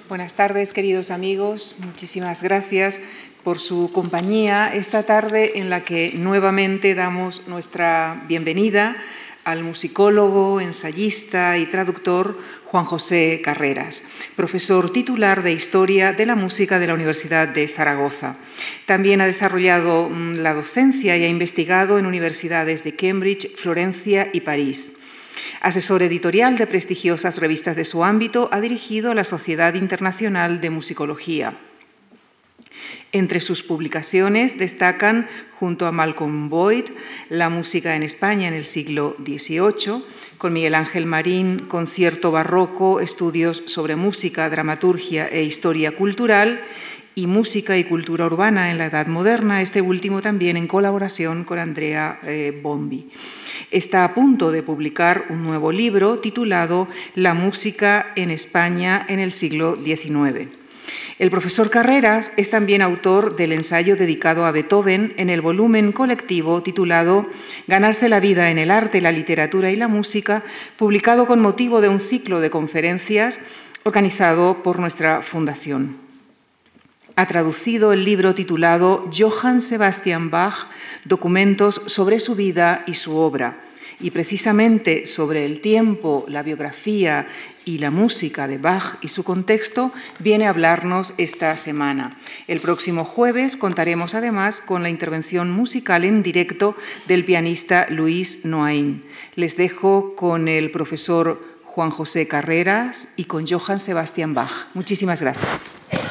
Buenas tardes, queridos amigos. Muchísimas gracias por su compañía esta tarde en la que nuevamente damos nuestra bienvenida al musicólogo, ensayista y traductor Juan José Carreras, profesor titular de Historia de la Música de la Universidad de Zaragoza. También ha desarrollado la docencia y ha investigado en universidades de Cambridge, Florencia y París. Asesor editorial de prestigiosas revistas de su ámbito, ha dirigido a la Sociedad Internacional de Musicología. Entre sus publicaciones destacan, junto a Malcolm Boyd, La música en España en el siglo XVIII, con Miguel Ángel Marín, Concierto barroco, estudios sobre música, dramaturgia e historia cultural, y Música y cultura urbana en la Edad Moderna, este último también en colaboración con Andrea Bombi. Está a punto de publicar un nuevo libro titulado La música en España en el siglo XIX. El profesor Carreras es también autor del ensayo dedicado a Beethoven en el volumen colectivo titulado Ganarse la vida en el arte, la literatura y la música, publicado con motivo de un ciclo de conferencias organizado por nuestra fundación. Ha traducido el libro titulado Johann Sebastian Bach, documentos sobre su vida y su obra. Y precisamente sobre el tiempo, la biografía y la música de Bach y su contexto viene a hablarnos esta semana. El próximo jueves contaremos además con la intervención musical en directo del pianista Luis Noain. Les dejo con el profesor Juan José Carreras y con Johann Sebastian Bach. Muchísimas gracias.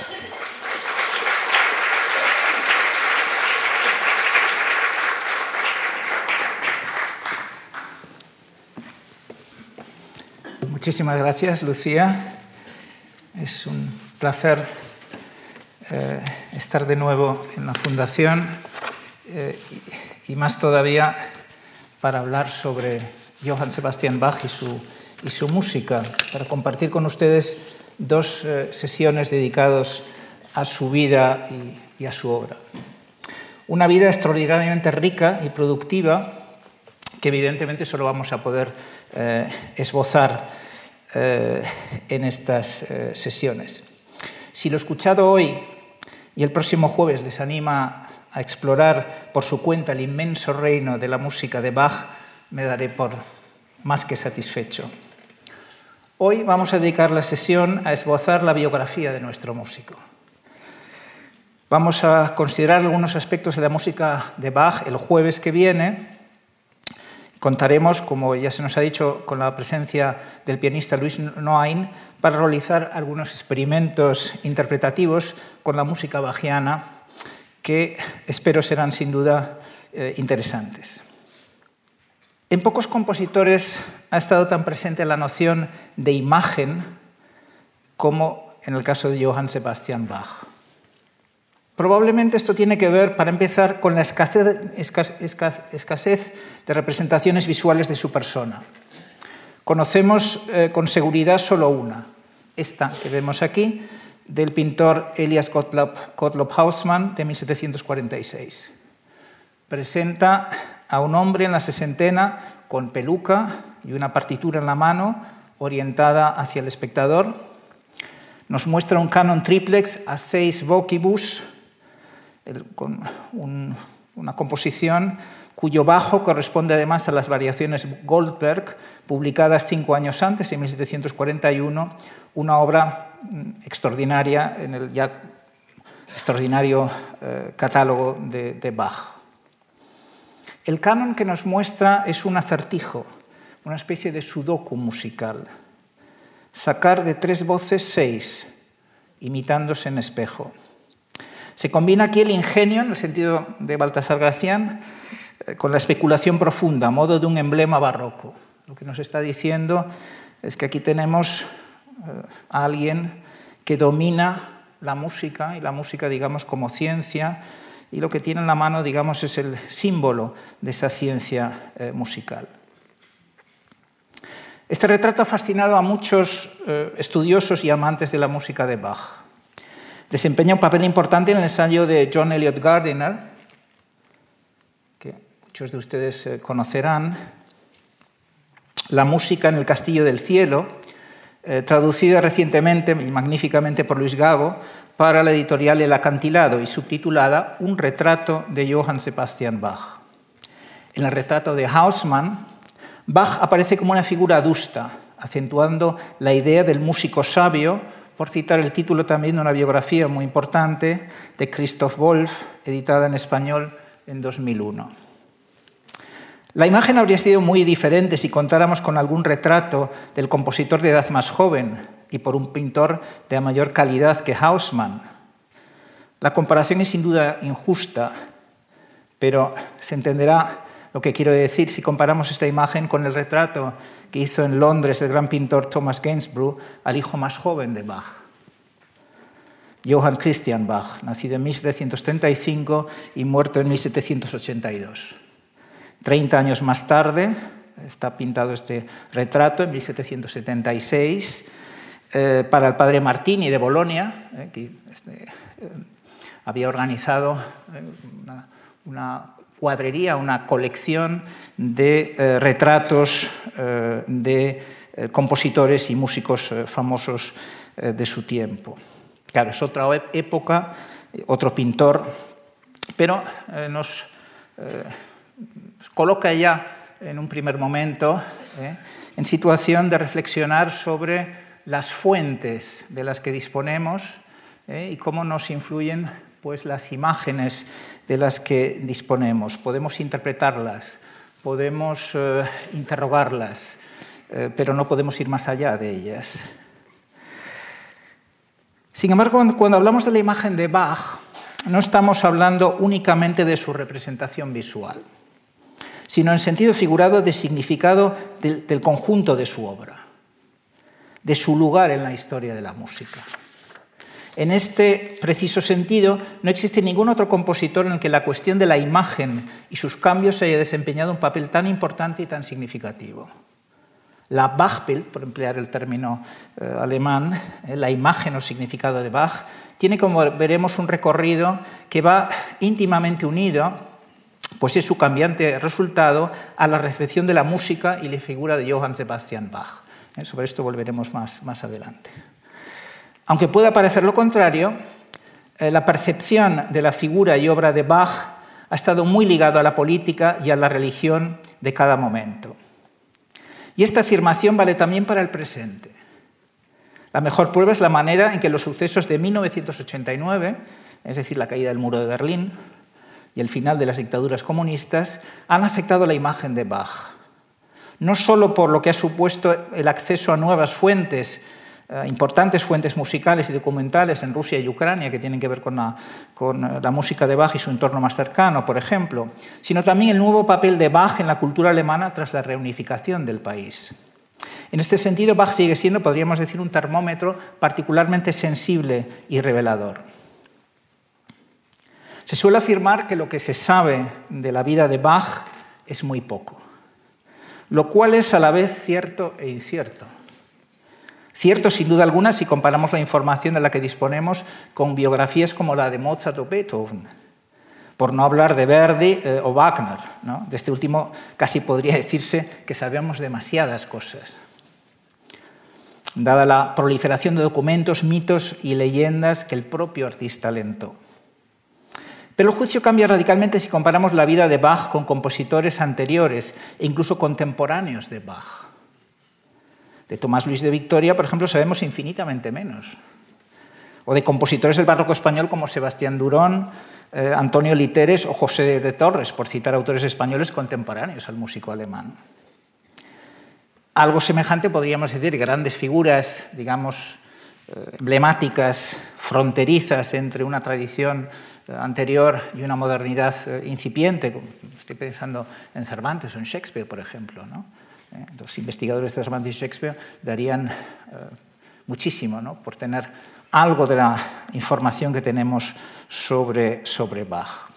Muchísimas gracias, Lucía. Es un placer estar de nuevo en la Fundación y más todavía para hablar sobre Johann Sebastian Bach y su música, para compartir con ustedes dos sesiones dedicadas a su vida y a su obra. Una vida extraordinariamente rica y productiva que evidentemente solo vamos a poder esbozar en estas sesiones. Si lo escuchado hoy y el próximo jueves les anima a explorar por su cuenta el inmenso reino de la música de Bach, me daré por más que satisfecho. Hoy vamos a dedicar la sesión a esbozar la biografía de nuestro músico. Vamos a considerar algunos aspectos de la música de Bach el jueves que viene. Contaremos, como ya se nos ha dicho, con la presencia del pianista Luis Noain para realizar algunos experimentos interpretativos con la música bachiana que espero serán sin duda interesantes. En pocos compositores ha estado tan presente la noción de imagen como en el caso de Johann Sebastian Bach. Probablemente esto tiene que ver, para empezar, con la escasez de representaciones visuales de su persona. Conocemos con seguridad solo una, esta que vemos aquí, del pintor Elias Gottlob Hausmann de 1746. Presenta a un hombre en la sesentena con peluca y una partitura en la mano orientada hacia el espectador. Nos muestra un canon triplex a 6 vocibus, con una composición cuyo bajo corresponde además a las variaciones Goldberg, publicadas 5 años antes, en 1741, una obra extraordinaria en el ya extraordinario catálogo de Bach. El canon que nos muestra es un acertijo, una especie de sudoku musical. Sacar de 3 voces 6, imitándose en espejo. Se combina aquí el ingenio, en el sentido de Baltasar Gracián, con la especulación profunda, a modo de un emblema barroco. Lo que nos está diciendo es que aquí tenemos a alguien que domina la música, y la música, digamos, como ciencia, y lo que tiene en la mano, digamos, es el símbolo de esa ciencia musical. Este retrato ha fascinado a muchos estudiosos y amantes de la música de Bach. Desempeña un papel importante en el ensayo de John Eliot Gardiner, que muchos de ustedes conocerán, La música en el Castillo del Cielo, traducida recientemente y magníficamente por Luis Gago para la editorial El Acantilado y subtitulada Un retrato de Johann Sebastian Bach. En el retrato de Hausmann, Bach aparece como una figura adusta, acentuando la idea del músico sabio, por citar el título también de una biografía muy importante de Christoph Wolff, editada en español en 2001. La imagen habría sido muy diferente si contáramos con algún retrato del compositor de edad más joven y por un pintor de mayor calidad que Hausmann. La comparación es sin duda injusta, pero se entenderá lo que quiero decir si comparamos esta imagen con el retrato que hizo en Londres el gran pintor Thomas Gainsborough al hijo más joven de Bach, Johann Christian Bach, nacido en 1735 y muerto en 1782. 30 años más tarde está pintado este retrato, en 1776, para el padre Martini de Bolonia, que había organizado una cuadrería, una colección de retratos de compositores y músicos famosos de su tiempo. Claro, es otra época, otro pintor, pero nos coloca ya en un primer momento en situación de reflexionar sobre las fuentes de las que disponemos y cómo nos influyen pues, las imágenes de las que disponemos. Podemos interpretarlas, podemos interrogarlas, pero no podemos ir más allá de ellas. Sin embargo, cuando hablamos de la imagen de Bach, no estamos hablando únicamente de su representación visual, sino en sentido figurado de significado del conjunto de su obra, de su lugar en la historia de la música. En este preciso sentido, no existe ningún otro compositor en el que la cuestión de la imagen y sus cambios haya desempeñado un papel tan importante y tan significativo. La Bachbild, por emplear el término alemán, la imagen o significado de Bach, tiene, como veremos, un recorrido que va íntimamente unido, pues es su cambiante resultado, a la recepción de la música y la figura de Johann Sebastian Bach. Sobre esto volveremos más adelante. Aunque pueda parecer lo contrario, la percepción de la figura y obra de Bach ha estado muy ligado a la política y a la religión de cada momento. Y esta afirmación vale también para el presente. La mejor prueba es la manera en que los sucesos de 1989, es decir, la caída del muro de Berlín y el final de las dictaduras comunistas, han afectado la imagen de Bach. No solo por lo que ha supuesto el acceso a nuevas fuentes, importantes fuentes musicales y documentales en Rusia y Ucrania que tienen que ver con la música de Bach y su entorno más cercano, por ejemplo, sino también el nuevo papel de Bach en la cultura alemana tras la reunificación del país. En este sentido, Bach sigue siendo, podríamos decir, un termómetro particularmente sensible y revelador. Se suele afirmar que lo que se sabe de la vida de Bach es muy poco, lo cual es a la vez cierto e incierto. Cierto, sin duda alguna, si comparamos la información de la que disponemos con biografías como la de Mozart o Beethoven, por no hablar de Verdi o Wagner, ¿no? De este último casi podría decirse que sabemos demasiadas cosas, dada la proliferación de documentos, mitos y leyendas que el propio artista alentó. Pero el juicio cambia radicalmente si comparamos la vida de Bach con compositores anteriores e incluso contemporáneos de Bach. De Tomás Luis de Victoria, por ejemplo, sabemos infinitamente menos. O de compositores del barroco español como Sebastián Durón, Antonio Literes o José de Torres, por citar autores españoles contemporáneos al músico alemán. Algo semejante podríamos decir grandes figuras, digamos, emblemáticas, fronterizas entre una tradición anterior y una modernidad incipiente. Estoy pensando en Cervantes o en Shakespeare, por ejemplo, ¿no? Los investigadores de Cervantes y Shakespeare darían muchísimo, ¿no?, por tener algo de la información que tenemos sobre Bach.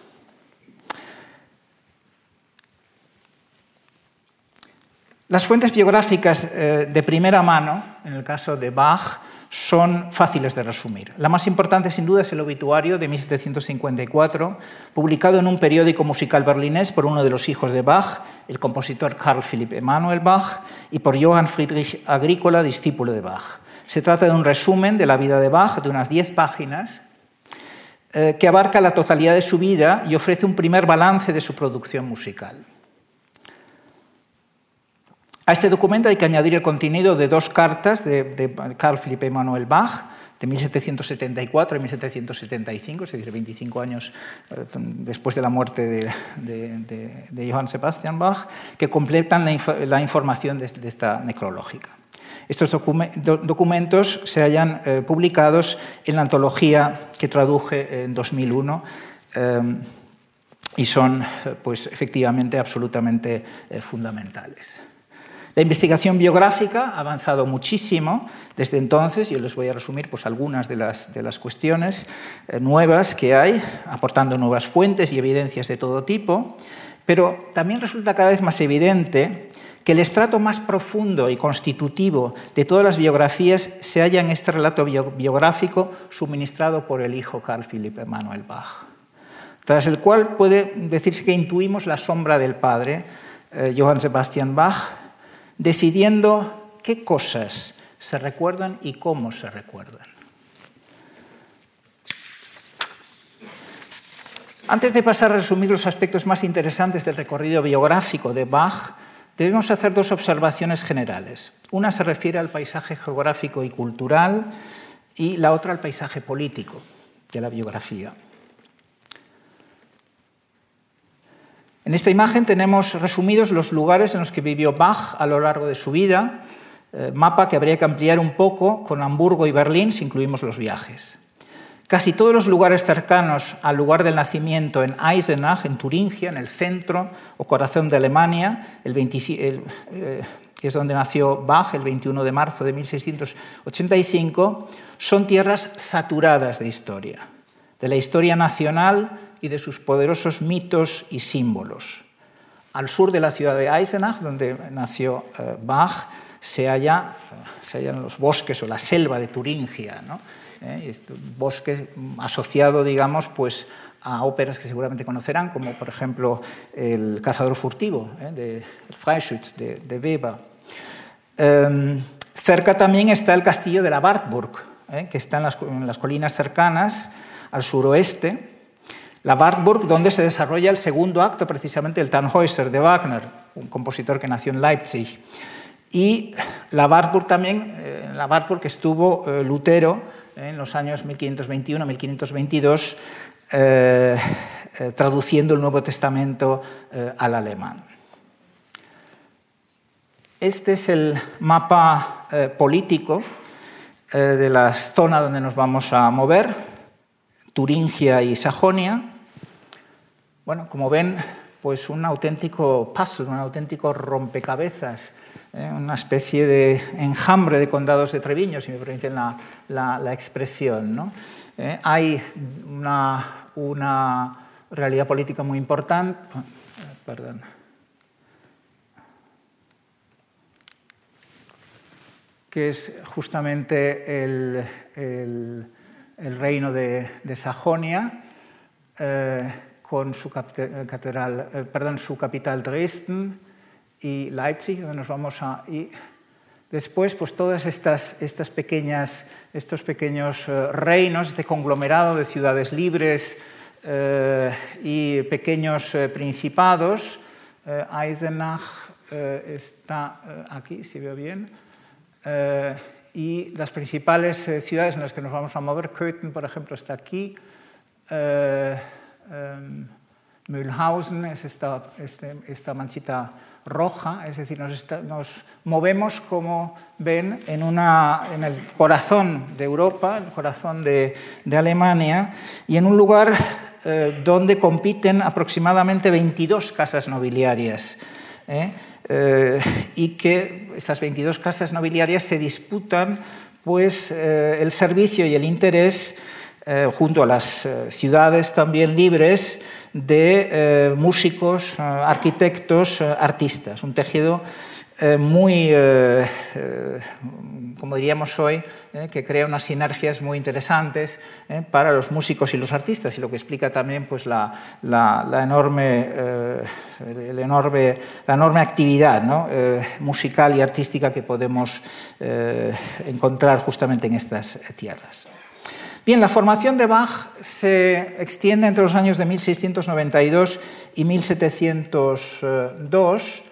Las fuentes biográficas de primera mano, en el caso de Bach, son fáciles de resumir. La más importante, sin duda, es el obituario de 1754, publicado en un periódico musical berlinés por uno de los hijos de Bach, el compositor Carl Philipp Emanuel Bach, y por Johann Friedrich Agricola, discípulo de Bach. Se trata de un resumen de la vida de Bach, de unas 10 páginas, que abarca la totalidad de su vida y ofrece un primer balance de su producción musical. A este documento hay que añadir el contenido de 2 cartas de Carl Philipp Emanuel Bach, de 1774 y 1775, es decir, 25 años después de la muerte de Johann Sebastian Bach, que completan la información de esta necrológica. Estos documentos se hallan publicados en la antología que traduje en 2001 y son, pues, efectivamente absolutamente fundamentales. La investigación biográfica ha avanzado muchísimo desde entonces. Yo les voy a resumir, pues, algunas de las cuestiones nuevas que hay, aportando nuevas fuentes y evidencias de todo tipo, pero también resulta cada vez más evidente que el estrato más profundo y constitutivo de todas las biografías se halla en este relato biográfico suministrado por el hijo Carl Philipp Emanuel Bach, tras el cual puede decirse que intuimos la sombra del padre, Johann Sebastian Bach, decidiendo qué cosas se recuerdan y cómo se recuerdan. Antes de pasar a resumir los aspectos más interesantes del recorrido biográfico de Bach, debemos hacer 2 observaciones generales. Una se refiere al paisaje geográfico y cultural y la otra al paisaje político de la biografía. En esta imagen tenemos resumidos los lugares en los que vivió Bach a lo largo de su vida, mapa que habría que ampliar un poco con Hamburgo y Berlín si incluimos los viajes. Casi todos los lugares cercanos al lugar del nacimiento en Eisenach, en Turingia, en el centro o corazón de Alemania, que es donde nació Bach el 21 de marzo de 1685, son tierras saturadas de historia, de la historia nacional y de sus poderosos mitos y símbolos. Al sur de la ciudad de Eisenach, donde nació Bach, se hallan los bosques o la selva de Turingia, ¿no? Este bosque asociado, digamos, pues, a óperas que seguramente conocerán, como por ejemplo El cazador furtivo, de Freischütz, de Weber. Cerca también está el castillo de la Wartburg, que está en las colinas cercanas al suroeste. La Wartburg, donde se desarrolla el segundo acto, precisamente, el Tannhäuser de Wagner, un compositor que nació en Leipzig. Y la Wartburg también, en la Wartburg estuvo Lutero en los años 1521-1522, traduciendo el Nuevo Testamento al alemán. Este es el mapa político de la zona donde nos vamos a mover, Turingia y Sajonia. Bueno, como ven, pues un auténtico puzzle, un auténtico rompecabezas, una especie de enjambre de condados de Treviño, si me permiten la expresión, ¿no? Hay una realidad política muy importante. Perdón. Que es justamente el reino de Sajonia, con su capital Dresden y Leipzig, donde nos vamos a... Y después, pues todas estos pequeños reinos, este conglomerado de ciudades libres y pequeños principados. Eisenach está aquí, si veo bien. Y las principales ciudades en las que nos vamos a mover, Köthen, por ejemplo, está aquí. Mühlhausen es esta manchita roja, es decir, nos movemos, como ven, en el corazón de Europa, el corazón de Alemania, y en un lugar donde compiten aproximadamente 22 casas nobiliarias, y que estas 22 casas nobiliarias se disputan, pues, el servicio y el interés, junto a las ciudades también libres, de músicos, arquitectos, artistas. Un tejido muy, como diríamos hoy, que crea unas sinergias muy interesantes para los músicos y los artistas, y lo que explica también pues, la enorme actividad, ¿no? Musical y artística que podemos encontrar justamente en estas tierras. Bien, la formación de Bach se extiende entre los años de 1692 y 1702.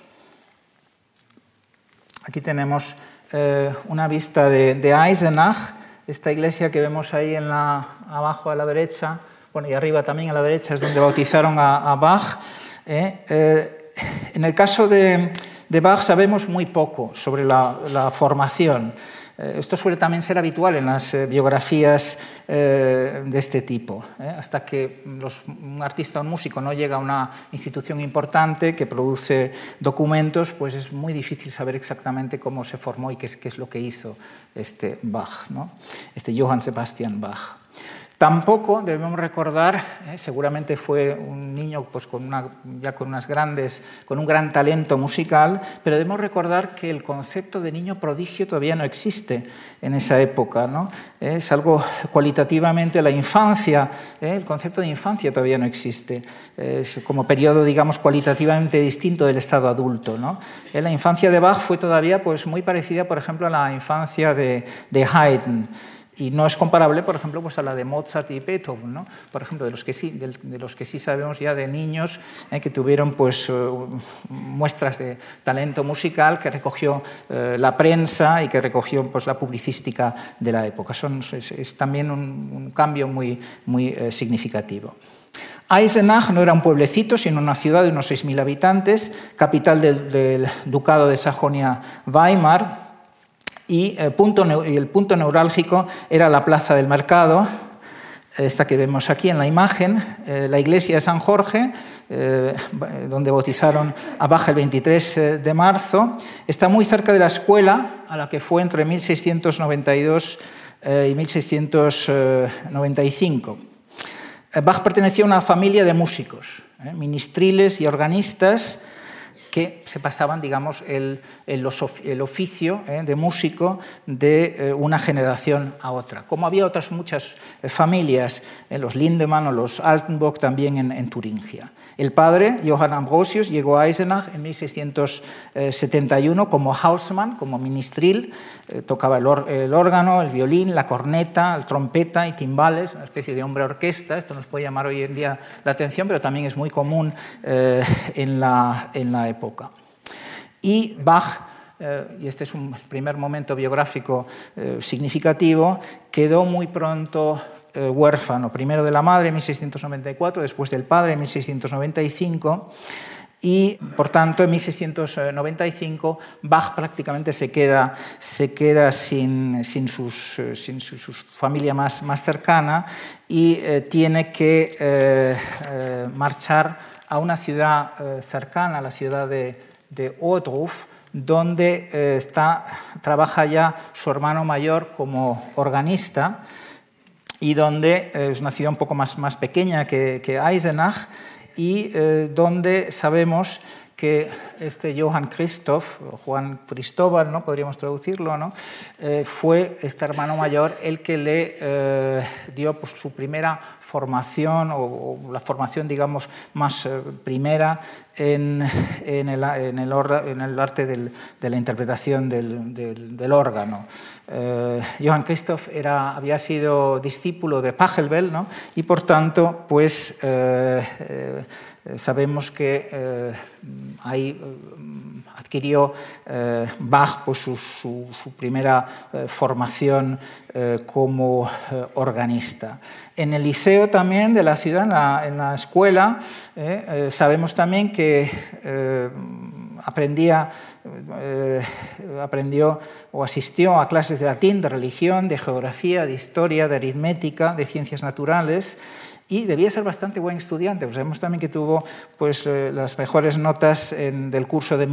Aquí tenemos una vista de Eisenach, esta iglesia que vemos ahí abajo a la derecha, bueno, y arriba también a la derecha es donde bautizaron a Bach. En el caso de Bach sabemos muy poco sobre la formación. Esto suele también ser habitual en las biografías de este tipo. Hasta que un artista o un músico no llega a una institución importante que produce documentos, pues es muy difícil saber exactamente cómo se formó y qué es lo que hizo este Bach, ¿no? Este Johann Sebastian Bach. Tampoco debemos recordar, seguramente fue un niño pues, con un gran talento musical, pero debemos recordar que el concepto de niño prodigio todavía no existe en esa época, ¿no? Es algo cualitativamente la infancia, el concepto de infancia todavía no existe, es como periodo, digamos, cualitativamente distinto del estado adulto, ¿no? La infancia de Bach fue todavía pues, muy parecida, por ejemplo, a la infancia de Haydn. Y no es comparable, por ejemplo, pues a la de Mozart y Beethoven, ¿no? Por ejemplo, de los que sí sabemos ya de niños que tuvieron pues, muestras de talento musical que recogió la prensa y que recogió pues, la publicística de la época. Es también un cambio muy, muy significativo. Eisenach no era un pueblecito, sino una ciudad de unos 6.000 habitantes, capital del Ducado de Sajonia-Weimar. Y el punto neurálgico era la plaza del mercado, esta que vemos aquí en la imagen, la iglesia de San Jorge, donde bautizaron a Bach el 23 de marzo. Está muy cerca de la escuela a la que fue entre 1692 y 1695. Bach pertenecía a una familia de músicos, ministriles y organistas, que se pasaban, digamos, el oficio de músico de una generación a otra. Como había otras muchas familias, los Lindemann o los Altenburg también en Turingia. El padre, Johann Ambrosius, llegó a Eisenach en 1671 como Hausmann, como ministril, tocaba el órgano, el violín, la corneta, el trompeta y timbales, una especie de hombre orquesta. Esto nos puede llamar hoy en día la atención, pero también es muy común en la época. Y Bach, y este es un primer momento biográfico significativo, quedó muy pronto huérfano, primero de la madre en 1694, después del padre en 1695, y por tanto en 1695 Bach prácticamente se queda sin su familia más cercana y tiene que marchar a una ciudad cercana, la ciudad de Ohrdruf, donde trabaja ya su hermano mayor como organista, y donde es una ciudad un poco más pequeña que Eisenach, y donde sabemos que este Johann Christoph, o Juan Cristóbal, ¿no? Podríamos traducirlo, ¿no? Fue este hermano mayor el que le dio pues, su primera formación, o la formación, digamos, más primera en el arte de la interpretación del órgano. Johann Christoph había sido discípulo de Pachelbel, ¿no? Y por tanto, pues sabemos que ahí adquirió Bach pues, su primera formación como organista. En el liceo también de la ciudad, en la escuela, sabemos también que aprendió o asistió a clases de latín, de religión, de geografía, de historia, de aritmética, de ciencias naturales, y debía ser bastante buen estudiante. Pues sabemos también que tuvo pues, las mejores notas del curso de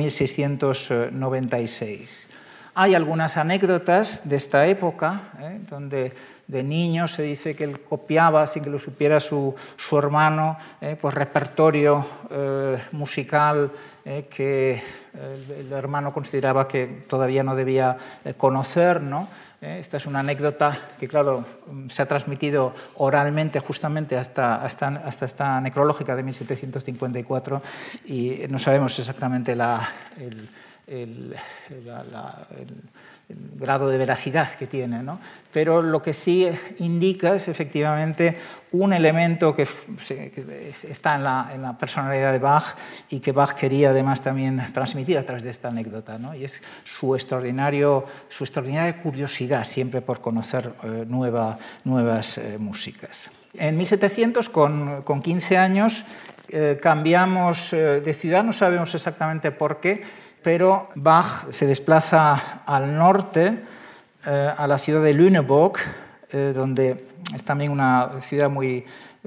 1696. Hay algunas anécdotas de esta época, donde de niño se dice que él copiaba, sin que lo supiera su hermano, pues repertorio musical que el hermano consideraba que todavía no debía conocer, ¿no? Esta es una anécdota que, claro, se ha transmitido oralmente justamente hasta esta necrológica de 1754 y no sabemos exactamente el grado de veracidad que tiene, ¿no? Pero lo que sí indica es efectivamente un elemento que está en la personalidad de Bach y que Bach quería además también transmitir a través de esta anécdota, ¿no? Y es su extraordinaria curiosidad siempre por conocer nuevas músicas. En 1700, con 15 años, cambiamos de ciudad, no sabemos exactamente por qué, pero Bach se desplaza al norte, a la ciudad de Lüneburg, donde es también una ciudad muy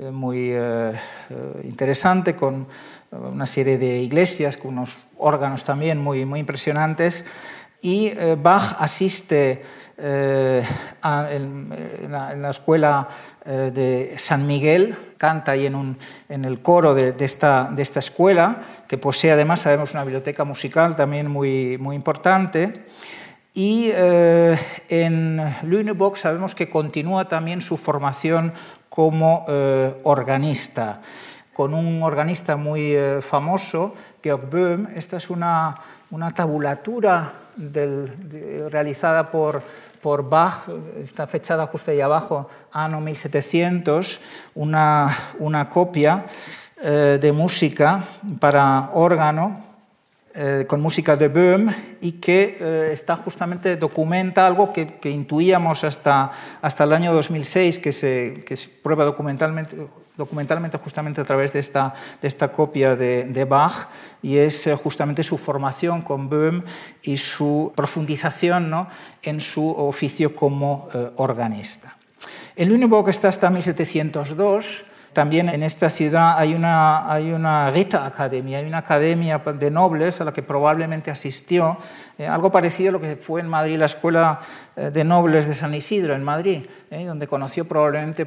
interesante, con una serie de iglesias, con unos órganos también muy impresionantes, y Bach asiste en la escuela de San Miguel, canta ahí en el coro de esta escuela, que posee además, sabemos, una biblioteca musical también muy importante. Y en Lüneburg sabemos que continúa también su formación como organista, con un organista muy famoso, Georg Böhm. Esta es una tabulatura realizada por Bach, está fechada justo ahí abajo, año 1700, una copia de música para órgano, con música de Böhm, y que documenta algo que intuíamos hasta el año 2006, que se prueba documentalmente justamente a través de esta copia de Bach, y es justamente su formación con Böhm y su profundización, ¿no?, en su oficio como organista. En Lüneburg está hasta 1702. También en esta ciudad hay una Ritterakademie, hay una academia de nobles a la que probablemente asistió, algo parecido a lo que fue en Madrid la Escuela de Nobles de San Isidro, en Madrid, donde conoció probablemente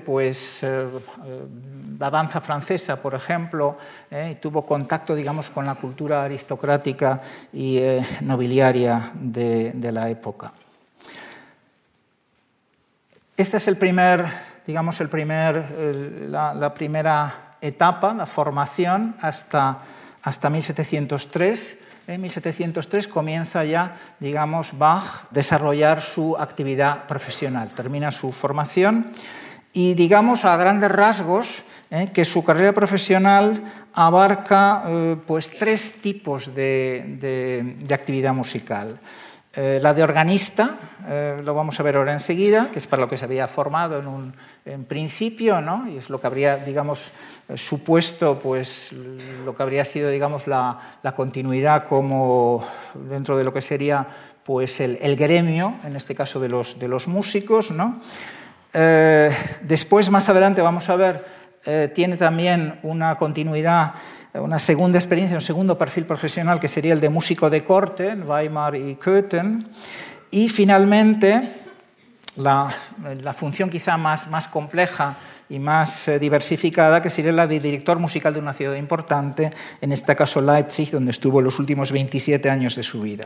la danza francesa, por ejemplo, y tuvo contacto, digamos, con la cultura aristocrática y nobiliaria de la época. Este es la primera etapa, la formación, hasta 1703. En 1703 comienza ya, digamos, Bach a desarrollar su actividad profesional, termina su formación y, digamos, a grandes rasgos, que su carrera profesional abarca tres tipos de actividad musical. La de organista, lo vamos a ver ahora enseguida, que es para lo que se había formado en principio, ¿no? Y es lo que habría, digamos, supuesto, lo que habría sido, digamos, la continuidad como dentro de lo que sería, el gremio, en este caso de los músicos, ¿no? Después, más adelante, vamos a ver, tiene también una continuidad, una segunda experiencia, un segundo perfil profesional, que sería el de músico de corte en Weimar y Köthen. Y finalmente, la función quizá más compleja y más diversificada, que sería la de director musical de una ciudad importante, en este caso Leipzig, donde estuvo los últimos 27 años de su vida.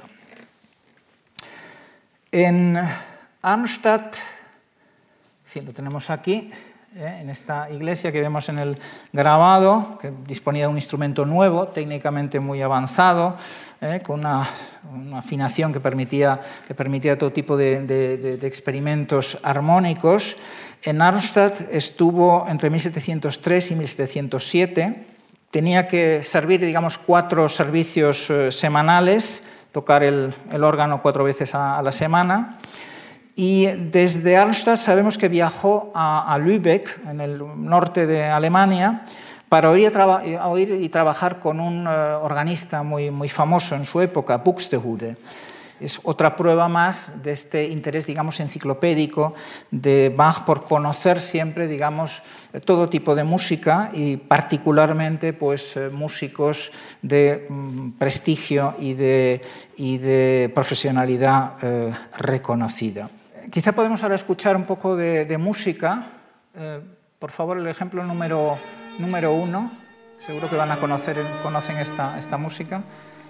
En Arnstadt, sí, lo tenemos aquí, en esta iglesia que vemos en el grabado, que disponía de un instrumento nuevo, técnicamente muy avanzado, con una afinación que permitía todo tipo de experimentos armónicos. En Arnstadt estuvo entre 1703 y 1707. Tenía que servir, digamos, 4 servicios semanales, tocar el órgano 4 veces a la semana. Y desde Arnstadt sabemos que viajó a Lübeck, en el norte de Alemania, para oír y trabajar con un organista muy famoso en su época, Buxtehude. Es otra prueba más de este interés, digamos, enciclopédico de Bach por conocer siempre, digamos, todo tipo de música y particularmente, músicos de prestigio y de profesionalidad reconocida. Quizá podemos ahora escuchar un poco de música. Por favor, el ejemplo número 1. Seguro que conocen esta música.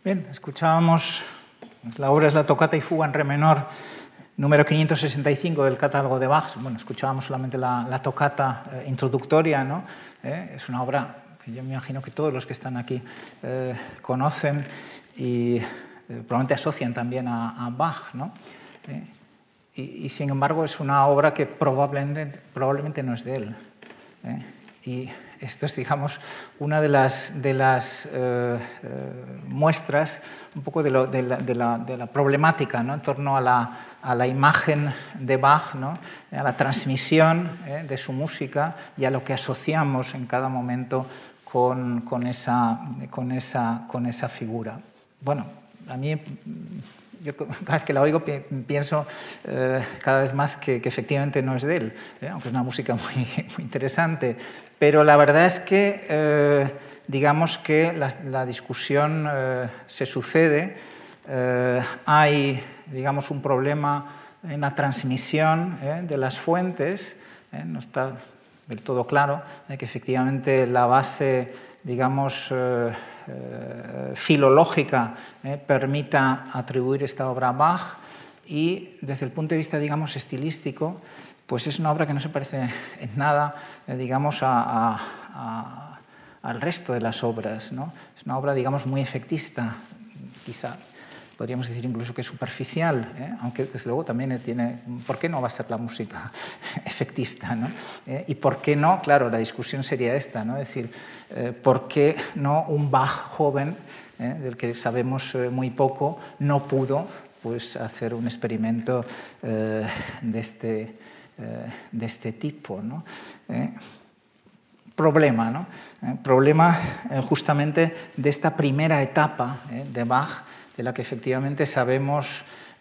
Bien, escuchábamos, la obra es la Tocata y Fuga en Re menor, número 565 del catálogo de Bach. Bueno, escuchábamos solamente la tocata introductoria, ¿no? Es una obra que yo me imagino que todos los que están aquí conocen y probablemente asocian también a Bach, ¿no? Y sin embargo es una obra que probablemente no es de él. Y esto es, digamos, una de las muestras un poco de la problemática, ¿no? En torno a la imagen de Bach, ¿no? A la transmisión de su música y a lo que asociamos en cada momento con esa figura. Bueno, a mí, yo cada vez que la oigo pienso cada vez más que efectivamente no es de él, aunque es una música muy interesante. Pero la verdad es que, digamos que la discusión se sucede. Hay, digamos, un problema en la transmisión de las fuentes. No está del todo claro que efectivamente la base, digamos, filológica permita atribuir esta obra a Bach, y desde el punto de vista, digamos, estilístico, pues es una obra que no se parece en nada, digamos, al resto de las obras, ¿no? Es una obra, digamos, muy efectista, quizá podríamos decir incluso que es superficial, aunque desde luego también tiene... ¿Por qué no va a ser la música efectista, ¿no? Y por qué no, claro, la discusión sería esta, ¿no? Es decir, ¿por qué no un Bach joven, del que sabemos muy poco, no pudo, pues, hacer un experimento de este tipo, ¿no? Problema, ¿no? Problema justamente de esta primera etapa de Bach, de la que efectivamente sabemos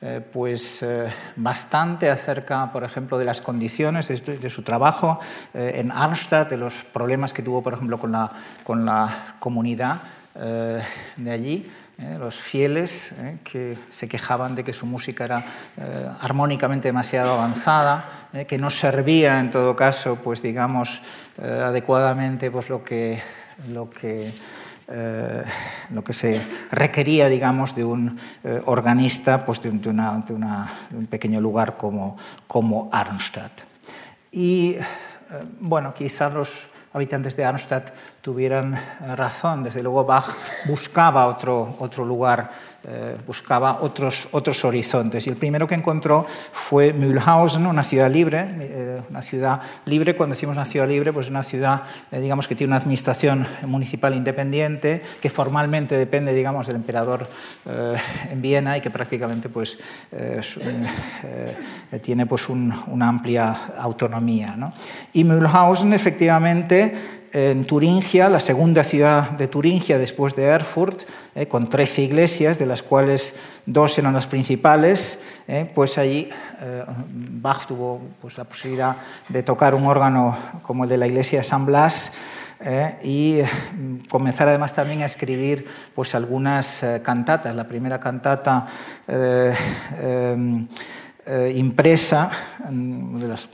bastante acerca, por ejemplo, de las condiciones de su trabajo en Arnstadt, de los problemas que tuvo, por ejemplo, con la comunidad de allí, los fieles que se quejaban de que su música era armónicamente demasiado avanzada, que no servía, en todo caso, pues, digamos, adecuadamente, pues, lo que se requería, digamos, de un organista, pues, de un pequeño lugar como Arnstadt. Y, bueno, quizás los habitantes de Arnstadt tuvieran razón. Desde luego Bach buscaba otro lugar, buscaba otros horizontes. Y el primero que encontró fue Mühlhausen, una ciudad libre. Cuando decimos una ciudad libre, pues una ciudad, digamos, que tiene una administración municipal independiente, que formalmente depende, digamos, del emperador en Viena, y que prácticamente, pues, tiene, pues, una amplia autonomía, ¿no? Y Mühlhausen, efectivamente, en Turingia, la segunda ciudad de Turingia después de Erfurt, con 13 iglesias, de las cuales 2 eran las principales, pues allí Bach tuvo, pues, la posibilidad de tocar un órgano como el de la iglesia de San Blas, y comenzar además también a escribir, pues, algunas cantatas. La primera cantata impresa, de las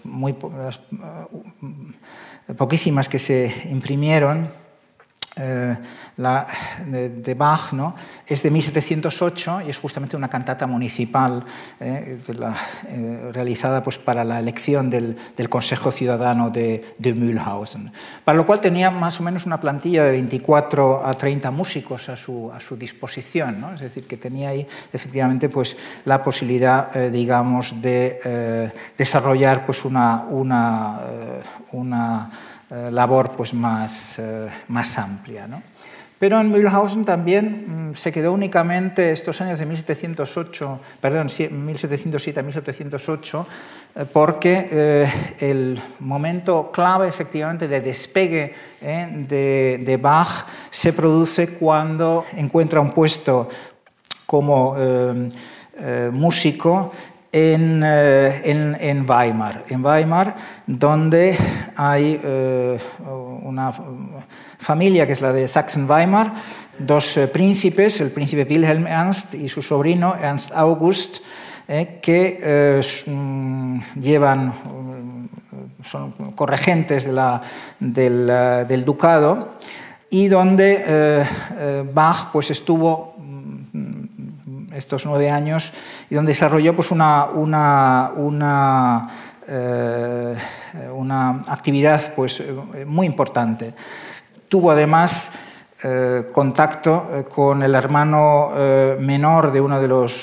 poquísimas que se imprimieron, de Bach, ¿no? Es de 1708 y es justamente una cantata municipal realizada, pues, para la elección del Consejo Ciudadano de Mühlhausen, para lo cual tenía más o menos una plantilla de 24 a 30 músicos a su disposición, ¿no? Es decir, que tenía ahí efectivamente, pues, la posibilidad, digamos, de desarrollar, pues, una labor, pues, más amplia, ¿no? Pero en Mühlhausen también se quedó únicamente estos años de 1707 a 1708, porque el momento clave, efectivamente, de despegue de Bach se produce cuando encuentra un puesto como músico en Weimar, donde hay una familia que es la de Sachsen-Weimar, 2 príncipes, el príncipe Wilhelm Ernst y su sobrino Ernst August, que son corregentes del ducado, y donde Bach, pues, estuvo estos 9 años y donde desarrolló pues, una actividad pues, muy importante. Tuvo además contacto con el hermano menor de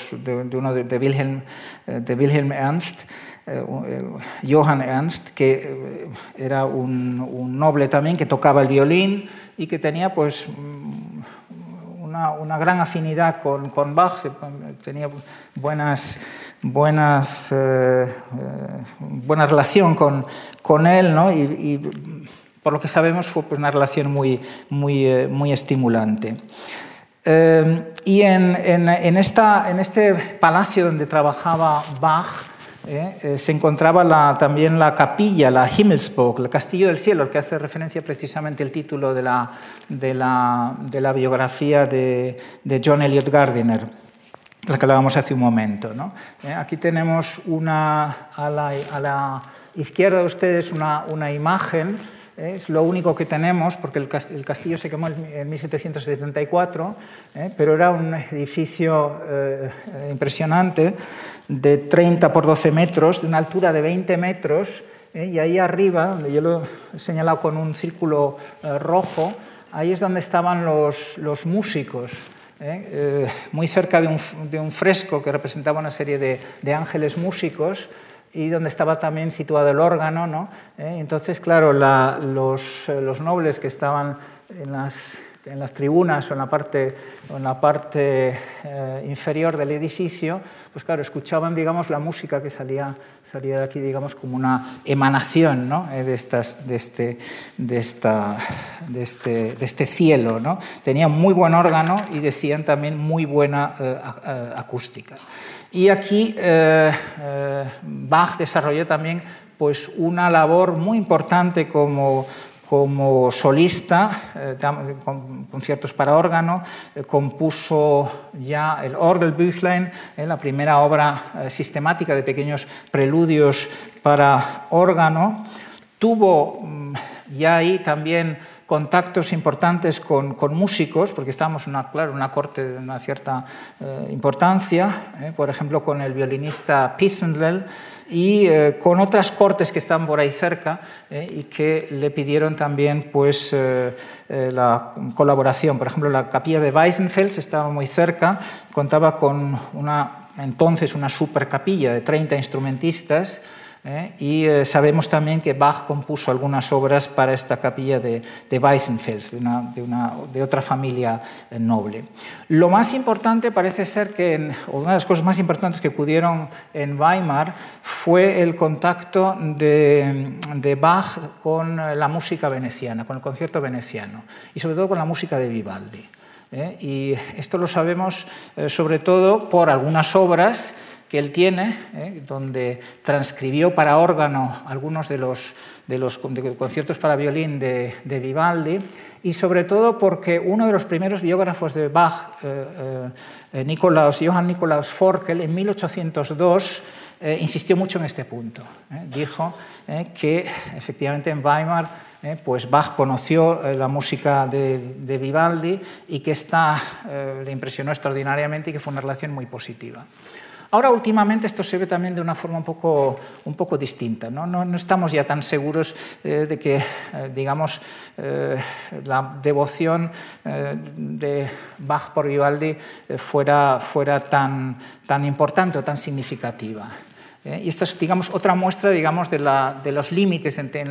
Wilhelm Ernst, Johann Ernst, que era un noble también que tocaba el violín y que tenía pues una gran afinidad con Bach, tenía buena relación con él, ¿no? Y por lo que sabemos fue pues, una relación muy estimulante. Y en este palacio donde trabajaba Bach se encontraba también la capilla, la Himmelsburg, el Castillo del Cielo, al que hace referencia precisamente el título de la biografía de John Eliot Gardiner, de la que hablábamos hace un momento, ¿no? Aquí tenemos a la izquierda de ustedes una imagen. Es lo único que tenemos, porque el castillo se quemó en 1774, pero era un edificio impresionante, de 30 por 12 metros, de una altura de 20 metros, y ahí arriba, donde yo lo he señalado con un círculo rojo, ahí es donde estaban los músicos, muy cerca de un fresco que representaba una serie de ángeles músicos, y donde estaba también situado el órgano, ¿no? Entonces, claro, los nobles que estaban en las tribunas o en la parte inferior del edificio, pues claro, escuchaban, digamos, la música que salía de aquí, digamos, como una emanación, ¿no? de este cielo, ¿no? Tenían muy buen órgano y decían también muy buena acústica. Y aquí Bach desarrolló también pues, una labor muy importante como solista, con conciertos para órgano, compuso ya el Orgelbüchlein, la primera obra sistemática de pequeños preludios para órgano. Tuvo ya ahí también contactos importantes con músicos, porque estábamos en una corte de una cierta importancia, por ejemplo con el violinista Pisendel y con otras cortes que están por ahí cerca y que le pidieron también pues, la colaboración. Por ejemplo, la capilla de Weissenfels estaba muy cerca, contaba con entonces una supercapilla de 30 instrumentistas, y sabemos también que Bach compuso algunas obras para esta capilla de Weissenfels, de otra familia noble. Lo más importante parece ser que, una de las cosas más importantes que pudieron en Weimar fue el contacto de Bach con la música veneciana, con el concierto veneciano, y sobre todo con la música de Vivaldi. Y esto lo sabemos sobre todo por algunas obras que él tiene, donde transcribió para órgano algunos de los conciertos para violín de Vivaldi, y sobre todo porque uno de los primeros biógrafos de Bach, Johann Nikolaus Forkel, en 1802 insistió mucho en este punto. Dijo que efectivamente en Weimar pues Bach conoció la música de Vivaldi y que esta le impresionó extraordinariamente y que fue una relación muy positiva. Ahora, últimamente, esto se ve también de una forma un poco distinta, ¿no? No estamos ya tan seguros de que, digamos, la devoción de Bach por Vivaldi fuera tan importante o tan significativa. Y esta es, digamos, otra muestra, digamos, de los límites en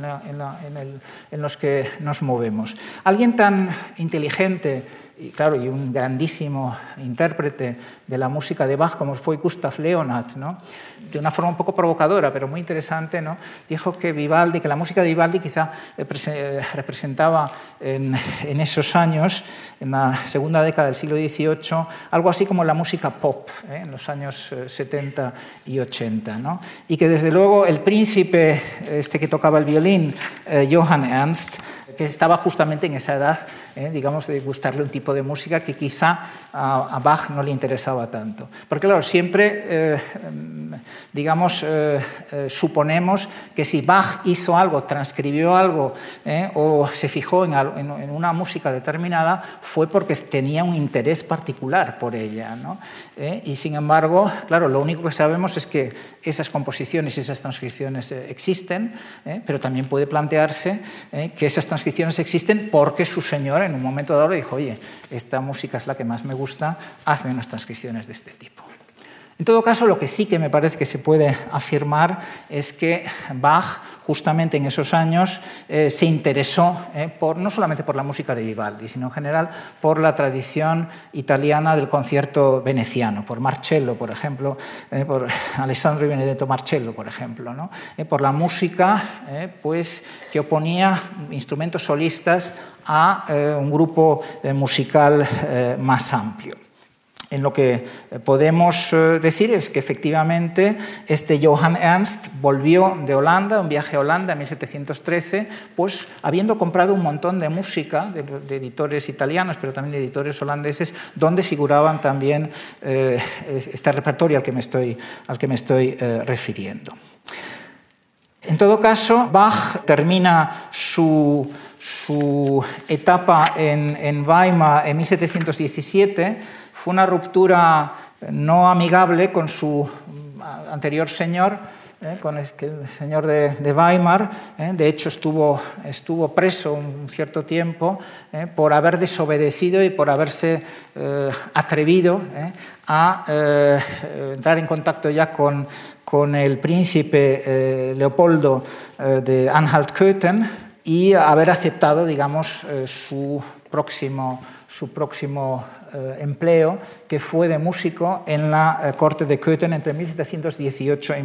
los que nos movemos. Alguien tan inteligente y un grandísimo intérprete de la música de Bach como fue Gustav Leonhardt, ¿no? De una forma un poco provocadora, pero muy interesante, ¿no? Dijo que la música de Vivaldi quizá representaba en esos años, en la segunda década del siglo XVIII, algo así como la música pop, en los años 70 y 80, ¿no? Y que desde luego el príncipe que tocaba el violín, Johann Ernst, que estaba justamente en esa edad, digamos, de gustarle un tipo de música que quizá a Bach no le interesaba tanto. Porque claro, siempre, digamos, suponemos que si Bach hizo algo, transcribió algo o se fijó en una música determinada, fue porque tenía un interés particular por ella, ¿no? Y sin embargo, claro, lo único que sabemos es que esas composiciones y esas transcripciones existen, pero también puede plantearse que esas transcripciones existen porque su señor en un momento dado le dijo: oye, esta música es la que más me gusta, hazme unas transcripciones de este tipo. En todo caso, lo que sí que me parece que se puede afirmar es que Bach, justamente en esos años, se interesó no solamente por la música de Vivaldi, sino en general por la tradición italiana del concierto veneciano, por Marcello, por ejemplo, por Alessandro y Benedetto Marcello, por ejemplo, ¿no? Por la música pues, que oponía instrumentos solistas a un grupo musical más amplio. En lo que podemos decir es que efectivamente este Johann Ernst volvió de Holanda, un viaje a Holanda en 1713, pues habiendo comprado un montón de música de editores italianos, pero también de editores holandeses, donde figuraban también este repertorio al que me estoy refiriendo. En todo caso, Bach termina su etapa en Weimar en 1717. Fue una ruptura no amigable con su anterior señor, con el señor de Weimar. De hecho, estuvo preso un cierto tiempo por haber desobedecido y por haberse atrevido a entrar en contacto ya con el príncipe Leopoldo de Anhalt-Köthen y haber aceptado, digamos, su próximo empleo, que fue de músico en la corte de Köthen entre 1718 y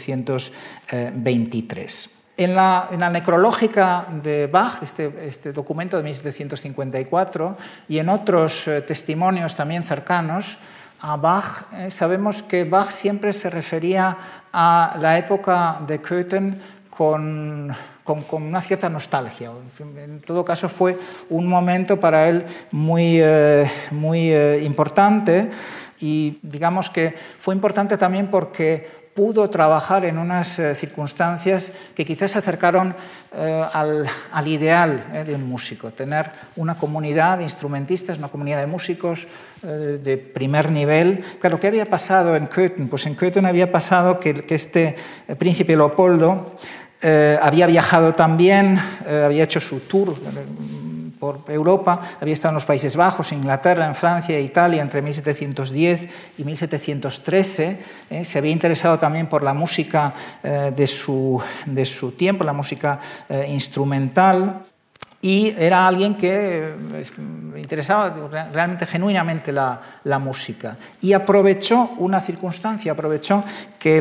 1723. En la necrológica de Bach, este documento de 1754, y en otros testimonios también cercanos a Bach, sabemos que Bach siempre se refería a la época de Köthen con una cierta nostalgia. En todo caso, fue un momento para él muy importante, y digamos que fue importante también porque pudo trabajar en unas circunstancias que quizás se acercaron al ideal de un músico, tener una comunidad de instrumentistas, una comunidad de músicos de primer nivel. Claro, ¿qué había pasado en Köthen? Pues en Köthen había pasado que este príncipe Leopoldo había viajado también, había hecho su tour por Europa, había estado en los Países Bajos, en Inglaterra, en Francia e Italia entre 1710 y 1713. Se había interesado también por la música de su tiempo, la música instrumental. Y era alguien que le interesaba realmente, genuinamente la música. Y aprovechó una circunstancia, aprovechó que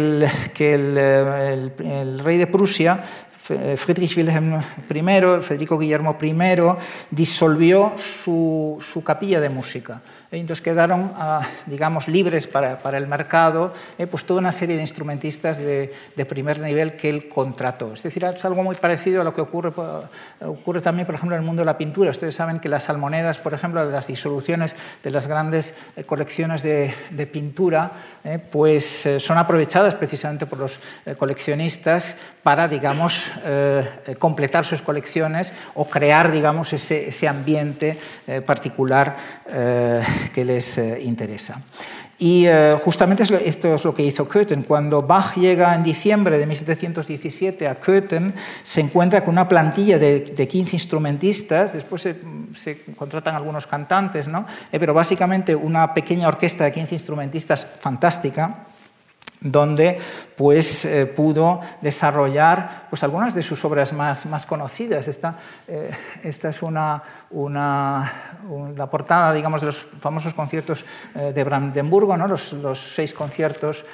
el rey de Prusia, Friedrich Wilhelm I, Federico Guillermo I, disolvió su capilla de música. Entonces quedaron, digamos, libres para el mercado pues toda una serie de instrumentistas de primer nivel que él contrató. Es decir, es algo muy parecido a lo que ocurre también, por ejemplo, en el mundo de la pintura. Ustedes saben que las almonedas, por ejemplo, las disoluciones de las grandes colecciones de pintura, pues son aprovechadas precisamente por los coleccionistas para, digamos, completar sus colecciones o crear, digamos, ese ambiente particular que les interesa. Y justamente esto es lo que hizo Köthen. Cuando Bach llega en diciembre de 1717 a Köthen, se encuentra con una plantilla de 15 instrumentistas, después se contratan algunos cantantes, ¿no? Pero básicamente una pequeña orquesta de 15 instrumentistas fantástica, donde pues, pudo desarrollar pues, algunas de sus obras más conocidas. Esta es una la portada, digamos, de los famosos conciertos de Brandenburgo, ¿no? Los 6 conciertos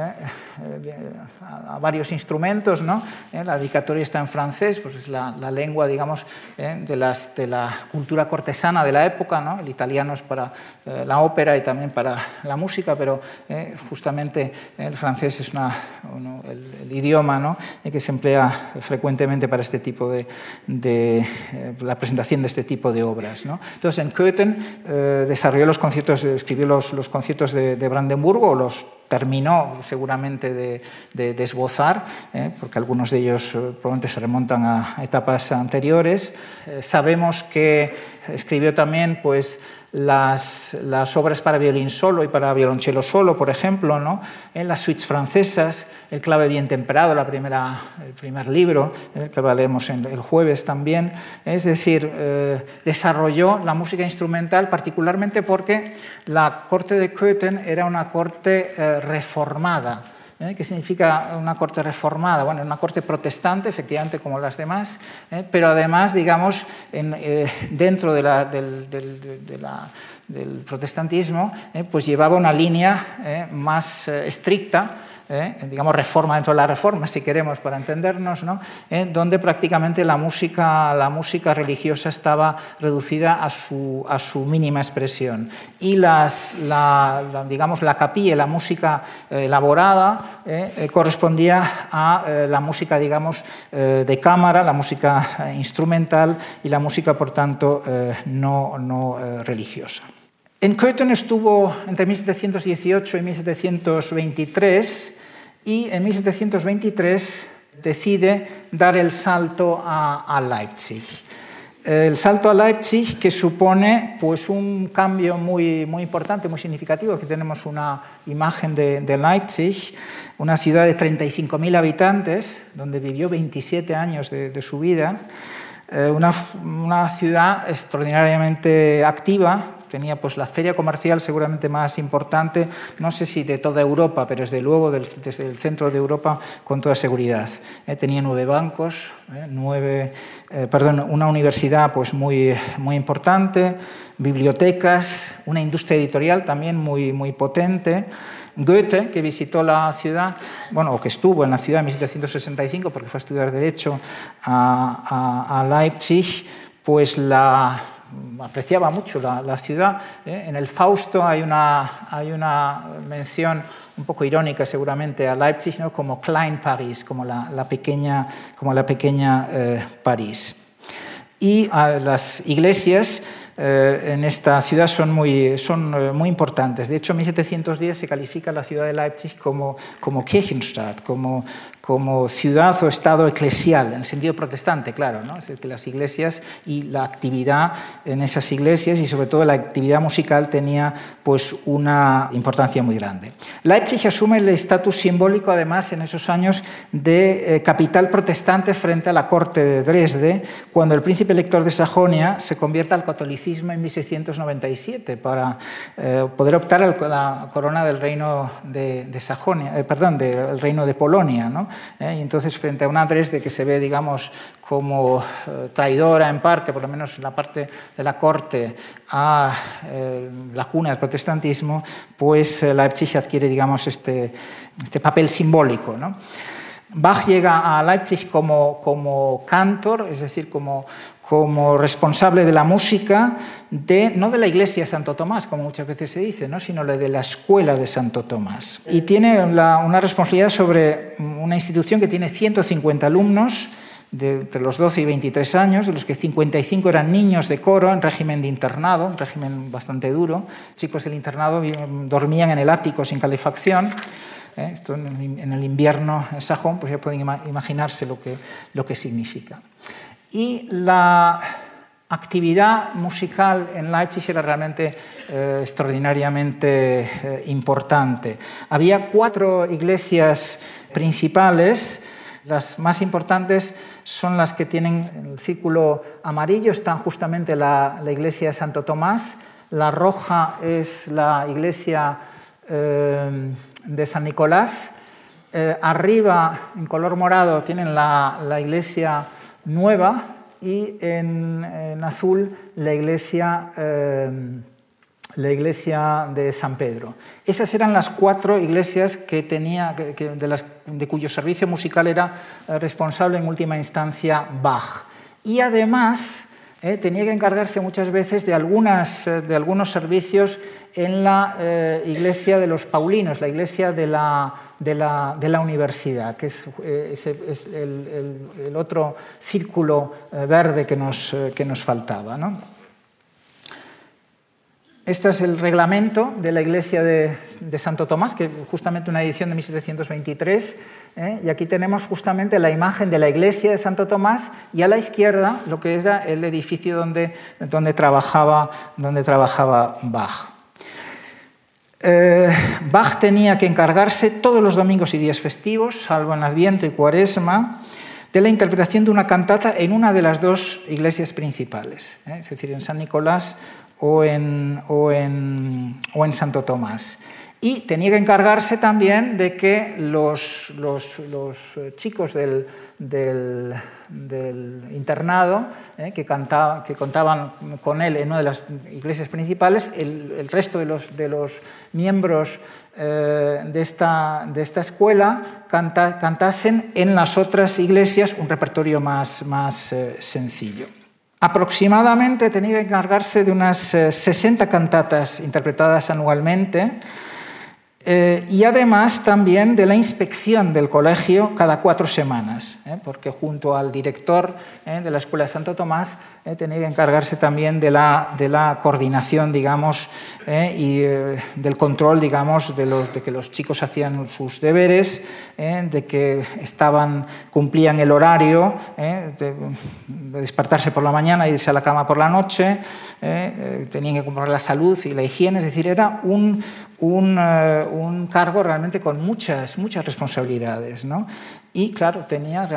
a varios instrumentos, ¿no? La dedicatoria está en francés, pues es la lengua, digamos, de la cultura cortesana de la época, ¿no? El italiano es para la ópera y también para la música, pero justamente el francés es el idioma, ¿no? Que se emplea frecuentemente para este tipo de la presentación de este tipo de obras, ¿no? Entonces, en Köthen desarrolló los conciertos, escribió los conciertos de Brandenburgo, los terminó seguramente de esbozar, porque algunos de ellos probablemente se remontan a etapas anteriores. Sabemos que escribió también pues, las obras para violín solo y para violonchelo solo, por ejemplo, ¿no? En las suites francesas, el clave bien temperado, el primer libro, que leemos el jueves también. Es decir, desarrolló la música instrumental particularmente porque la corte de Köthen era una corte reformada. ¿Qué significa una corte reformada? Bueno, una corte protestante, efectivamente, como las demás, pero además, digamos, dentro del protestantismo, pues llevaba una línea más estricta, digamos, reforma dentro de la reforma, si queremos, para entendernos, ¿no? Donde prácticamente la música religiosa estaba reducida a su mínima expresión. Y digamos, la capilla, la música elaborada, correspondía a la música, digamos, de cámara, la música instrumental y la música, por tanto, no religiosa. En Köthen estuvo entre 1718 y 1723 y en 1723 decide dar el salto a Leipzig. El salto a Leipzig que supone pues, un cambio muy, muy importante, muy significativo. Aquí tenemos una imagen de Leipzig, una ciudad de 35.000 habitantes, donde vivió 27 años de su vida. Una ciudad extraordinariamente activa. Tenía pues, la feria comercial seguramente más importante, no sé si de toda Europa, pero desde luego desde el centro de Europa con toda seguridad. Tenía 9 bancos, una universidad pues, muy, muy importante, bibliotecas, una industria editorial también muy, muy potente. Goethe, que visitó la ciudad, o que estuvo en la ciudad en 1765 porque fue a estudiar Derecho a Leipzig, pues apreciaba mucho la ciudad. En el Fausto hay una mención un poco irónica seguramente a Leipzig, ¿no? Como Klein Paris, como la pequeña París. Y las iglesias en esta ciudad son muy importantes. De hecho, en 1710 se califica la ciudad de Leipzig como Kirchenstadt, como ciudad o estado eclesial, en el sentido protestante, claro, ¿no? Es decir, que las iglesias y la actividad en esas iglesias y sobre todo la actividad musical tenía pues, una importancia muy grande. Leipzig asume el estatus simbólico, además, en esos años de capital protestante frente a la corte de Dresde, cuando el príncipe elector de Sajonia se convierte al catolicismo en 1697 para poder optar a la corona del reino de Sajonia, del reino de Polonia, ¿no? Y entonces, frente a una Dresde que se ve, digamos, como traidora en parte, por lo menos en la parte de la corte, a la cuna del protestantismo, pues Leipzig adquiere, digamos, este papel simbólico, ¿no? Bach llega a Leipzig como cantor, es decir, como responsable de la música, no de la iglesia de Santo Tomás, como muchas veces se dice, ¿no? Sino de la escuela de Santo Tomás. Y tiene una responsabilidad sobre una institución que tiene 150 alumnos, entre los 12 y 23 años, de los que 55 eran niños de coro en régimen de internado, un régimen bastante duro. Chicos del internado dormían en el ático sin calefacción. Esto en el invierno en Sajón, pues ya pueden imaginarse lo que significa. Y la actividad musical en Leipzig era realmente extraordinariamente importante. Había 4 iglesias principales. Las más importantes son las que tienen el círculo amarillo, están justamente la iglesia de Santo Tomás. La roja es la iglesia de San Nicolás. Arriba, en color morado, tienen la iglesia nueva y en azul la iglesia de San Pedro. Esas eran las 4 iglesias que tenía, de cuyo servicio musical era responsable en última instancia Bach. Y además tenía que encargarse muchas veces de algunos servicios en la iglesia de los Paulinos, la iglesia de la universidad, que es el otro círculo verde que nos faltaba, ¿no? Este es el reglamento de la iglesia de Santo Tomás, que es justamente una edición de 1723, y aquí tenemos justamente la imagen de la iglesia de Santo Tomás y a la izquierda lo que era el edificio donde trabajaba Bach. Bach tenía que encargarse todos los domingos y días festivos, salvo en Adviento y Cuaresma, de la interpretación de una cantata en una de las 2 iglesias principales, es decir, en San Nicolás o en Santo Tomás. Y tenía que encargarse también de que los chicos del internado que contaban con él en una de las iglesias principales, el resto de los miembros de esta escuela cantasen en las otras iglesias un repertorio más sencillo. Aproximadamente tenía que encargarse de unas 60 cantatas interpretadas anualmente y además también de la inspección del colegio cada 4 semanas, porque junto al director de la Escuela de Santo Tomás tenía que encargarse también de la coordinación, digamos, y del control, digamos, de que los chicos hacían sus deberes, de que cumplían el horario de despertarse por la mañana e irse a la cama por la noche, tenían que cumplir la salud y la higiene, es decir, era un cargo realmente con muchas responsabilidades, ¿no? Y claro,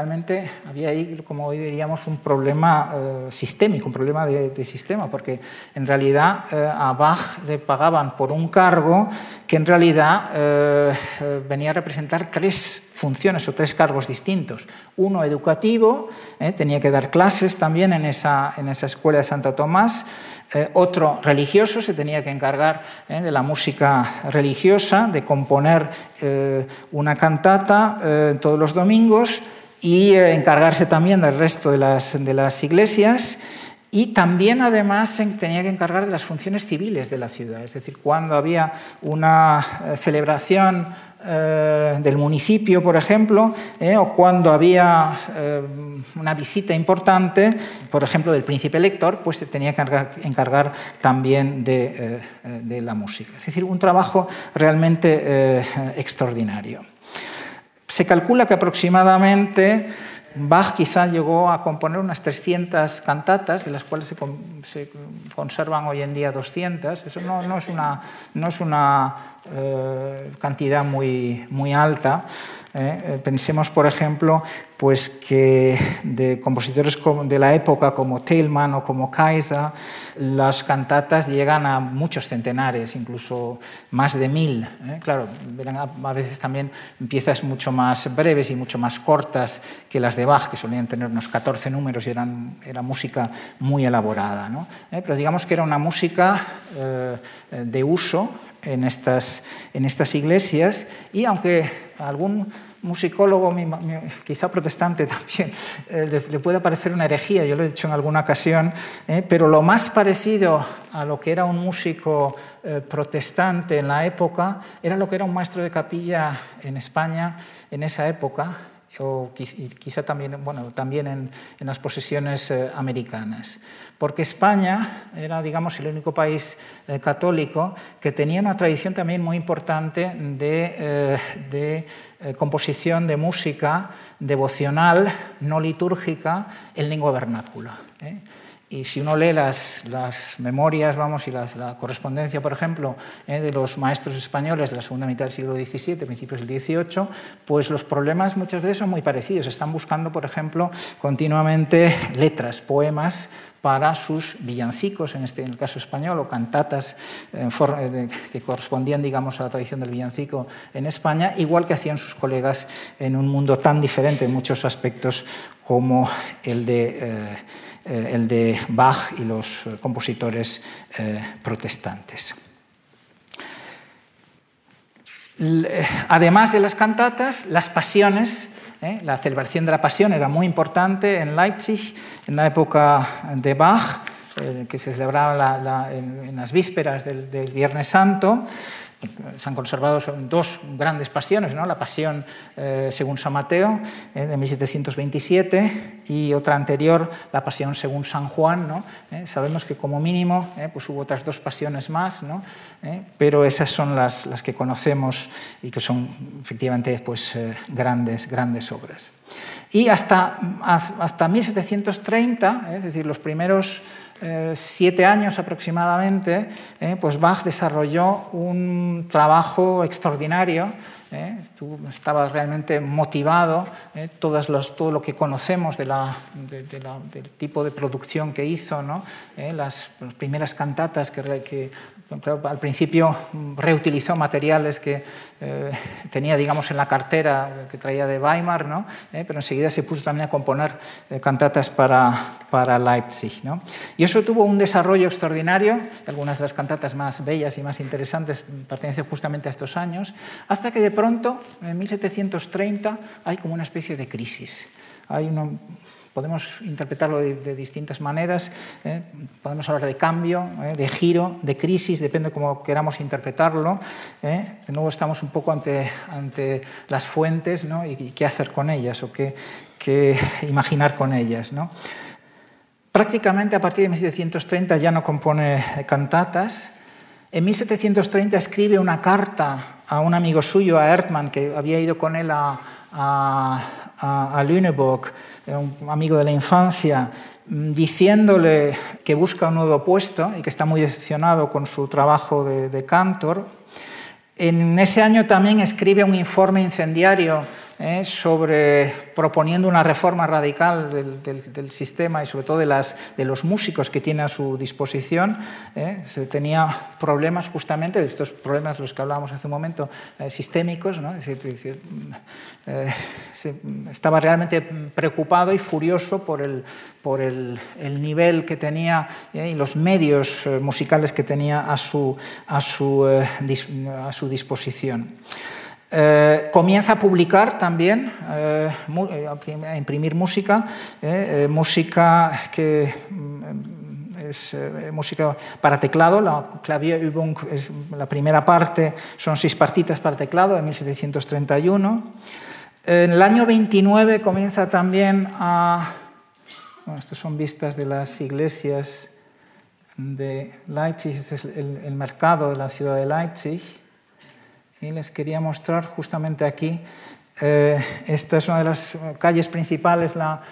había ahí, como hoy diríamos, un problema sistémico, un problema de sistema, porque en realidad a Bach le pagaban por un cargo que en realidad venía a representar 3 funciones o 3 cargos distintos. Uno educativo, tenía que dar clases también en esa escuela de Santo Tomás. Otro religioso, se tenía que encargar de la música religiosa, de componer una cantata todos los domingos y encargarse también del resto de las iglesias. Y también, además, tenía que encargar de las funciones civiles de la ciudad. Es decir, cuando había una celebración del municipio, por ejemplo, o cuando había una visita importante, por ejemplo, del príncipe elector, pues se tenía que encargar también de la música. Es decir, un trabajo realmente extraordinario. Se calcula que aproximadamente Bach quizá llegó a componer unas 300 cantatas, de las cuales se conservan hoy en día 200. Eso no es una cantidad muy alta. Pensemos, por ejemplo, pues que de compositores de la época como Telemann o como Kaiser, las cantatas llegan a muchos centenares, incluso más de 1000. Claro, verán a veces también piezas mucho más breves y mucho más cortas que las de Bach, que solían tener unos 14 números y era música muy elaborada, ¿no? Pero digamos que era una música de uso en estas iglesias, y aunque algún musicólogo, quizá protestante también, le puede parecer una herejía, yo lo he dicho en alguna ocasión, pero lo más parecido a lo que era un músico protestante en la época era lo que era un maestro de capilla en España en esa época, o quizá también en las posesiones americanas. Porque España era, digamos, el único país católico que tenía una tradición también muy importante de composición de música devocional, no litúrgica, en lengua vernácula. Y si uno lee las memorias, y la correspondencia, por ejemplo, de los maestros españoles de la segunda mitad del siglo XVII, principios del XVIII, pues los problemas muchas veces son muy parecidos. Están buscando, por ejemplo, continuamente letras, poemas para sus villancicos, en el caso español, o cantatas que correspondían, digamos, a la tradición del villancico en España, igual que hacían sus colegas en un mundo tan diferente en muchos aspectos como el de el de Bach y los compositores protestantes. Además de las cantatas, las pasiones, la celebración de la pasión era muy importante en Leipzig en la época de Bach, que se celebraba en las vísperas del Viernes Santo. Se han conservado dos grandes pasiones, ¿no? La pasión según San Mateo, de 1727, y otra anterior, la pasión según San Juan, ¿no? Sabemos que como mínimo pues hubo otras dos pasiones más, ¿no? Pero esas son las que conocemos y que son efectivamente pues, grandes obras. Y hasta 1730, es decir, los primeros 7 años aproximadamente, pues Bach desarrolló un trabajo extraordinario. Estaba realmente motivado. Todo lo que conocemos del tipo de producción que hizo, ¿no? Las primeras cantatas que al principio reutilizó materiales que tenía, digamos, en la cartera que traía de Weimar, ¿no? Pero enseguida se puso también a componer cantatas para Leipzig, ¿no? Y eso tuvo un desarrollo extraordinario. Algunas de las cantatas más bellas y más interesantes pertenecen justamente a estos años, hasta que de pronto, en 1730, hay como una especie de crisis. Podemos interpretarlo de distintas maneras, podemos hablar de cambio, de giro, de crisis, depende de cómo queramos interpretarlo. De nuevo estamos un poco ante las fuentes, ¿no? Y qué hacer con ellas o qué imaginar con ellas, ¿no? Prácticamente a partir de 1730 ya no compone cantatas. En 1730 escribe una carta a un amigo suyo, a Erdmann, que había ido con él a Lüneburg, un amigo de la infancia, diciéndole que busca un nuevo puesto y que está muy decepcionado con su trabajo de cantor. En ese año también escribe un informe incendiario proponiendo una reforma radical del sistema y sobre todo de los músicos que tiene a su disposición. Se tenía problemas justamente, de estos problemas de los que hablábamos hace un momento, sistémicos, ¿no? Estaba realmente preocupado y furioso por el nivel que tenía y los medios musicales que tenía a su disposición. Comienza a publicar también, a imprimir música que es música para teclado. La Klavierübung, la primera parte, son 6 partitas para teclado, de 1731. En el año 29 comienza también estas son vistas de las iglesias de Leipzig, este es el mercado de la ciudad de Leipzig. Y les quería mostrar justamente aquí, esta es una de las calles principales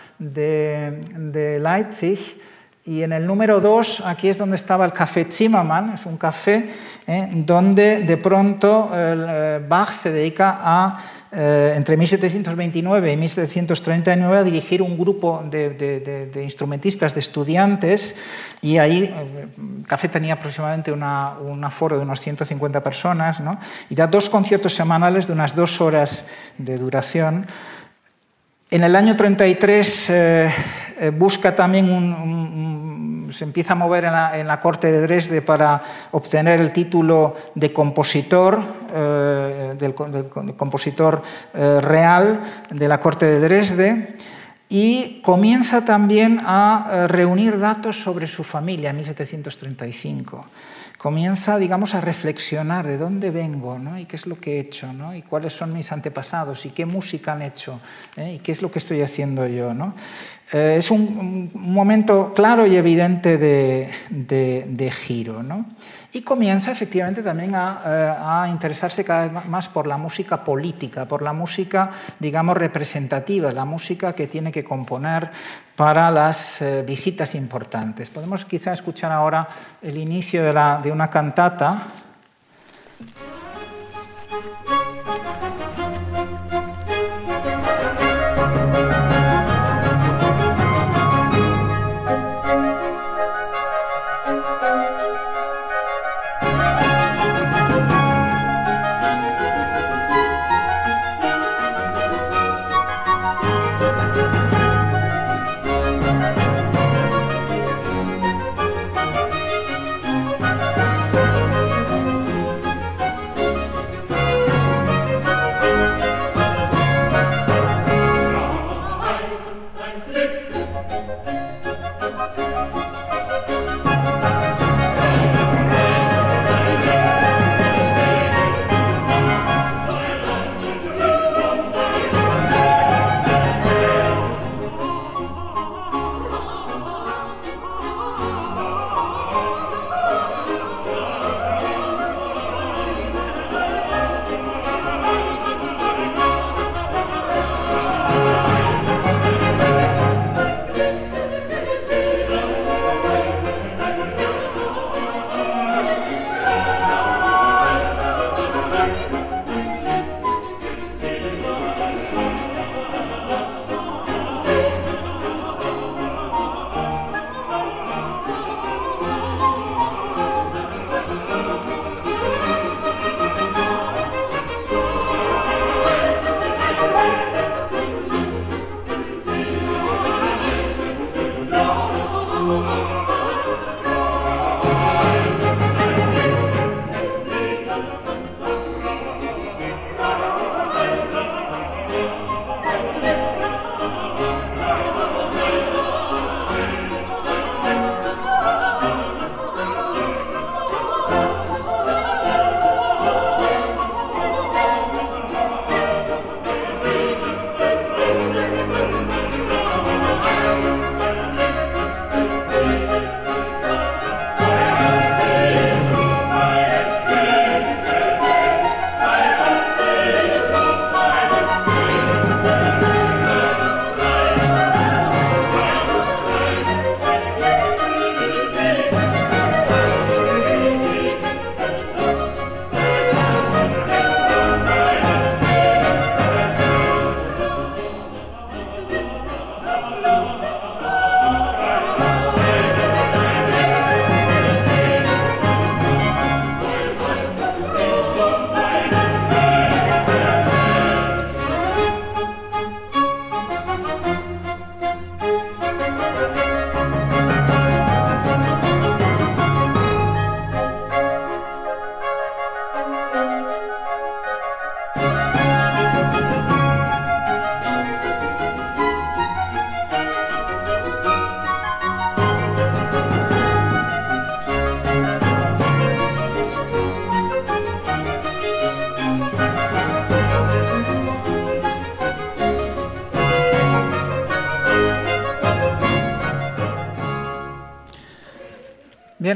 de Leipzig, y en el número 2, aquí es donde estaba el Café Zimmermann, es un café donde de pronto Bach se dedica entre 1729 y 1739 a dirigir un grupo de instrumentistas, de estudiantes, y ahí el café tenía aproximadamente un aforo de unas 150 personas, ¿no? Y da 2 conciertos semanales de unas 2 horas de duración. En el año 33 busca también se empieza a mover en la corte de Dresde para obtener el título de compositor, del compositor real de la corte de Dresde, y comienza también a reunir datos sobre su familia en 1735. Comienza, digamos, a reflexionar de dónde vengo, ¿no? Y qué es lo que he hecho, ¿no? Y cuáles son mis antepasados y qué música han hecho, y qué es lo que estoy haciendo yo, ¿no? Es un momento claro y evidente de giro, ¿no? Y comienza efectivamente también a interesarse cada vez más por la música política, por la música, digamos, representativa, la música que tiene que componer para las visitas importantes. Podemos quizá escuchar ahora el inicio de una cantata.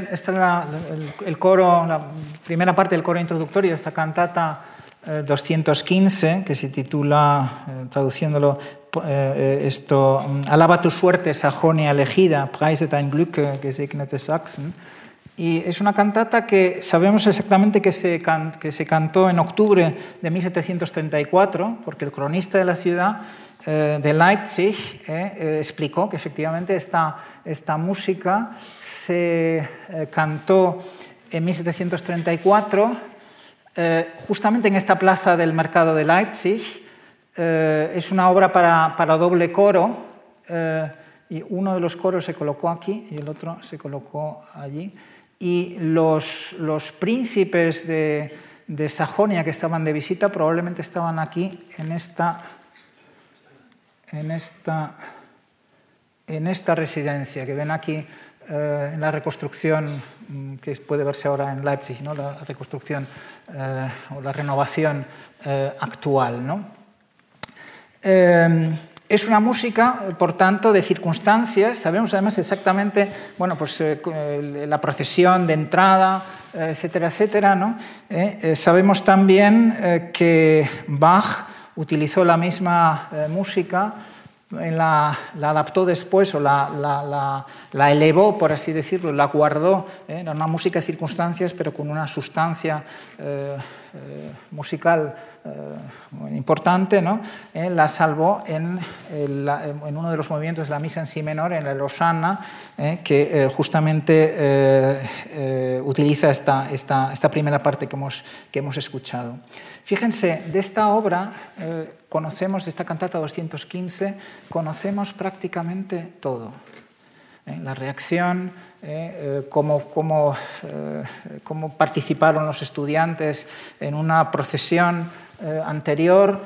esta es el coro, la primera parte del coro introductorio de esta cantata 215, que se titula, traduciéndolo, Alaba tu suerte, Sajonia elegida, Preise dein Glück, gesegnete Sachsen. Y es una cantata que sabemos exactamente que se cantó en octubre de 1734, porque el cronista de la ciudad de Leipzig explicó que efectivamente esta música se cantó en 1734, justamente en esta plaza del mercado de Leipzig. Es una obra para doble coro, y uno de los coros se colocó aquí y el otro se colocó allí. Y los príncipes de Sajonia que estaban de visita probablemente estaban aquí en esta residencia que ven aquí en la reconstrucción que puede verse ahora en Leipzig, ¿no? La reconstrucción o la renovación actual, ¿no? Es una música, por tanto, de circunstancias. Sabemos además exactamente, bueno, pues, la procesión de entrada, etcétera, etcétera, ¿no? Sabemos también que Bach utilizó la misma música, la adaptó después o la elevó, por así decirlo, la guardó. Era una música de circunstancias, pero con una sustancia musical importante, ¿no? La salvó en uno de los movimientos de la misa en si menor, en la Losanna, que justamente utiliza esta primera parte que hemos escuchado. Fíjense, de esta obra conocemos, de esta cantata 215, conocemos prácticamente todo. La reacción, cómo participaron los estudiantes en una procesión anterior,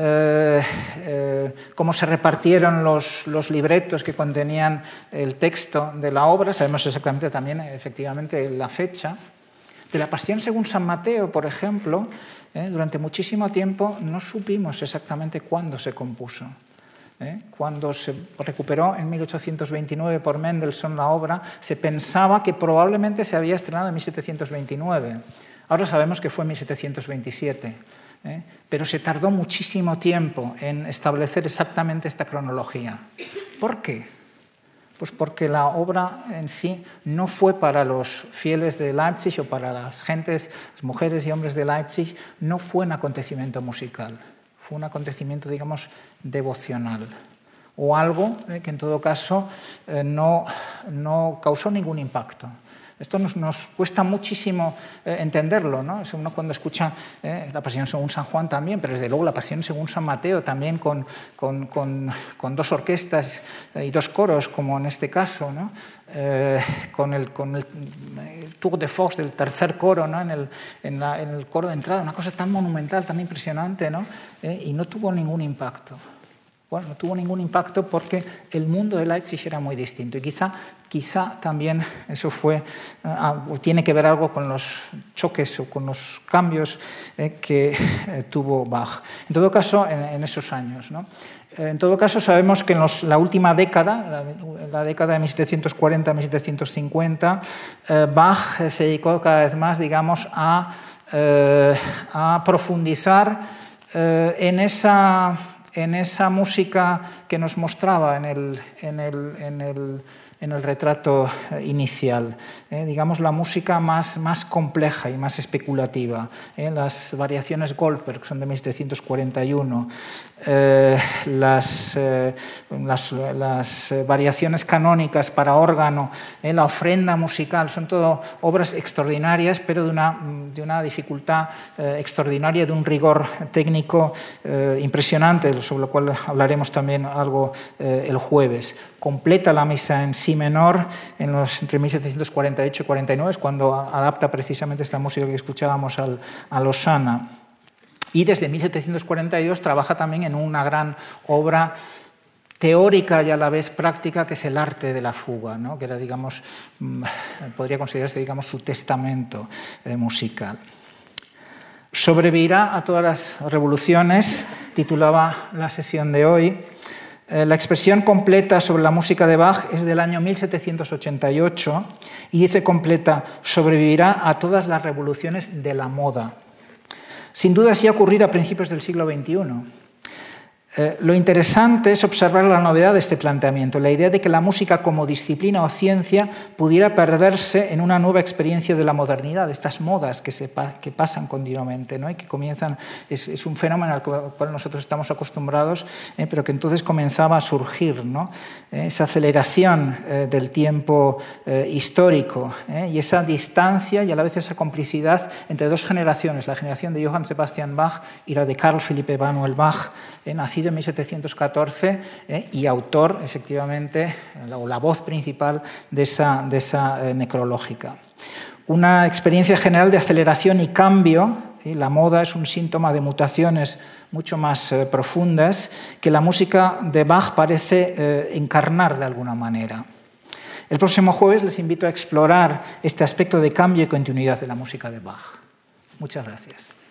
cómo se repartieron los libretos que contenían el texto de la obra. Sabemos exactamente también, efectivamente, la fecha. De la Pasión según San Mateo, por ejemplo, durante muchísimo tiempo no supimos exactamente cuándo se compuso. Cuando se recuperó en 1829 por Mendelssohn la obra, se pensaba que probablemente se había estrenado en 1729. Ahora sabemos que fue en 1727, pero se tardó muchísimo tiempo en establecer exactamente esta cronología. ¿Por qué? Pues porque la obra en sí no fue para los fieles de Leipzig o para las mujeres y hombres de Leipzig, no fue un acontecimiento musical. Fue un acontecimiento, digamos, devocional, o algo que en todo caso no causó ningún impacto. Esto nos cuesta muchísimo entenderlo, ¿no? Uno cuando escucha la Pasión según San Juan también, pero desde luego la Pasión según San Mateo también con dos orquestas y dos coros, como en este caso, ¿no? Con el tour de force del tercer coro, ¿no? en el coro de entrada, una cosa tan monumental, tan impresionante, ¿no? Y no tuvo ningún impacto. Bueno, no tuvo ningún impacto porque el mundo de Leipzig era muy distinto, y quizá también eso tiene que ver algo con los choques o con los cambios que tuvo Bach. En todo caso, en esos años, ¿no? En todo caso, sabemos que en la última década, la década de 1740-1750, Bach se dedicó cada vez más, digamos, a profundizar en esa música que nos mostraba en el retrato inicial, digamos la música más compleja y más especulativa, las variaciones Goldberg, que son de 1741, las variaciones canónicas para órgano, la ofrenda musical, son todo obras extraordinarias, pero de una dificultad extraordinaria, de un rigor técnico impresionante, sobre lo cual hablaremos también algo el jueves. Completa la misa en si menor entre 1748 y 49, es cuando adapta precisamente esta música que escuchábamos a Losanna. Y desde 1742 trabaja también en una gran obra teórica y a la vez práctica, que es el arte de la fuga, ¿no? Que era, digamos, podría considerarse, digamos, su testamento musical. Sobrevivirá a todas las revoluciones, titulaba la sesión de hoy. La expresión completa sobre la música de Bach es del año 1788 y dice completa: sobrevivirá a todas las revoluciones de la moda. Sin duda así ha ocurrido a principios del siglo XXI. Lo interesante es observar la novedad de este planteamiento, la idea de que la música como disciplina o ciencia pudiera perderse en una nueva experiencia de la modernidad, de estas modas que pasan continuamente, ¿no? Y que comienzan, es un fenómeno al cual nosotros estamos acostumbrados, pero que entonces comenzaba a surgir, ¿no? Esa aceleración del tiempo histórico, y esa distancia y a la vez esa complicidad entre dos generaciones, la generación de Johann Sebastian Bach y la de Carl Philipp Emanuel Bach, nacido en 1714 y autor, efectivamente, o la voz principal de esa necrológica. Una experiencia general de aceleración y cambio. La moda es un síntoma de mutaciones mucho más profundas que la música de Bach parece encarnar de alguna manera. El próximo jueves les invito a explorar este aspecto de cambio y continuidad de la música de Bach. Muchas gracias.